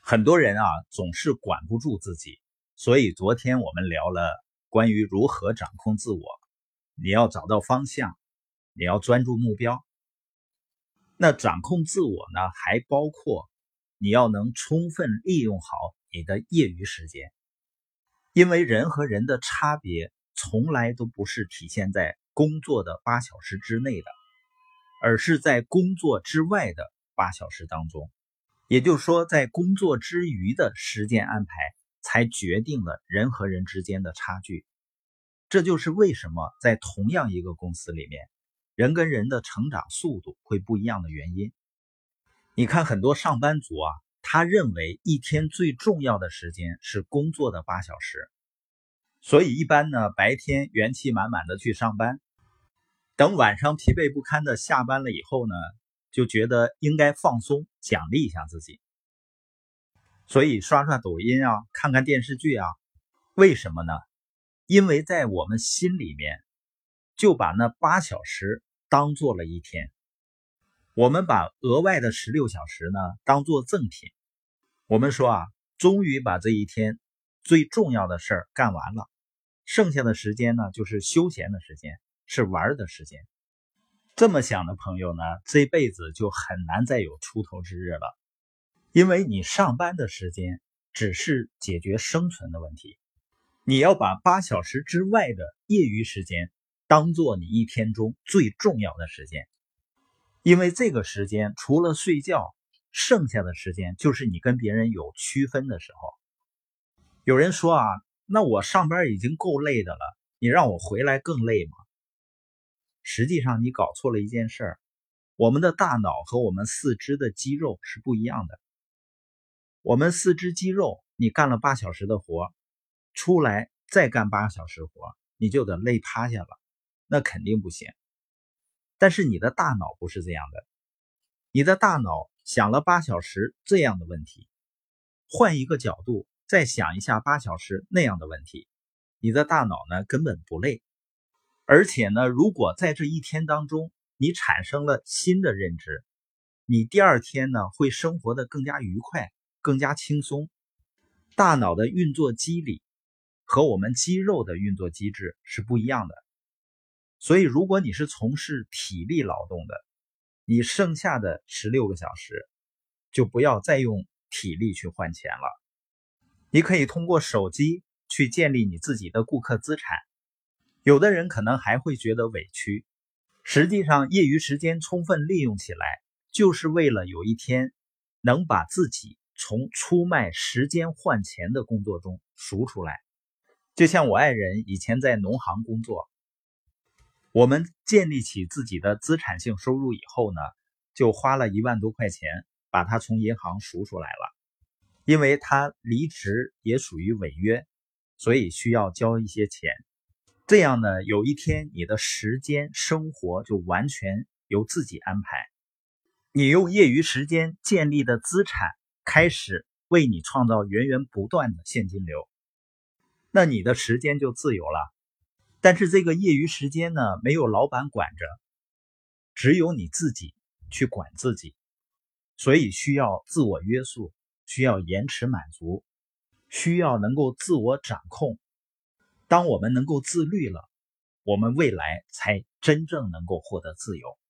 很多人总是管不住自己，所以昨天我们聊了关于如何掌控自我。你要找到方向，你要专注目标。那掌控自我呢，还包括你要能充分利用好你的业余时间。因为人和人的差别从来都不是体现在工作的8小时之内的，而是在工作之外的8小时当中。也就是说，在工作之余的时间安排才决定了人和人之间的差距。这就是为什么在同样一个公司里面，人跟人的成长速度会不一样的原因。你看很多上班族他认为一天最重要的时间是工作的8小时，所以一般呢，白天元气满满的去上班，等晚上疲惫不堪的下班了以后呢，就觉得应该放松，奖励一下自己。所以刷刷抖音看看电视剧为什么呢？因为在我们心里面，就把那8小时当做了一天。我们把额外的16小时呢，当做赠品。我们说终于把这一天最重要的事儿干完了，剩下的时间呢，就是休闲的时间，是玩的时间。这么想的朋友呢，这辈子就很难再有出头之日了。因为你上班的时间只是解决生存的问题，你要把8小时之外的业余时间当做你一天中最重要的时间。因为这个时间除了睡觉，剩下的时间就是你跟别人有区分的时候。有人说那我上班已经够累的了，你让我回来更累吗？实际上你搞错了一件事儿，我们的大脑和我们四肢的肌肉是不一样的。我们四肢肌肉，你干了8小时的活，出来再干8小时活，你就得累趴下了，那肯定不行。但是你的大脑不是这样的，你的大脑想了8小时这样的问题，换一个角度再想一下8小时那样的问题，你的大脑呢根本不累。而且呢，如果在这一天当中你产生了新的认知，你第二天呢会生活得更加愉快，更加轻松。大脑的运作机理和我们肌肉的运作机制是不一样的。所以如果你是从事体力劳动的，你剩下的16个小时就不要再用体力去换钱了。你可以通过手机去建立你自己的顾客资产。有的人可能还会觉得委屈，实际上业余时间充分利用起来，就是为了有一天能把自己从出卖时间换钱的工作中赎出来。就像我爱人以前在农行工作，我们建立起自己的资产性收入以后呢，就花了1万多块钱把他从银行赎出来了。因为他离职也属于违约，所以需要交一些钱。这样呢，有一天你的时间生活就完全由自己安排。你用业余时间建立的资产开始为你创造源源不断的现金流，那你的时间就自由了。但是这个业余时间呢，没有老板管着，只有你自己去管自己，所以需要自我约束，需要延迟满足，需要能够自我掌控。当我们能够自律了，我们未来才真正能够获得自由。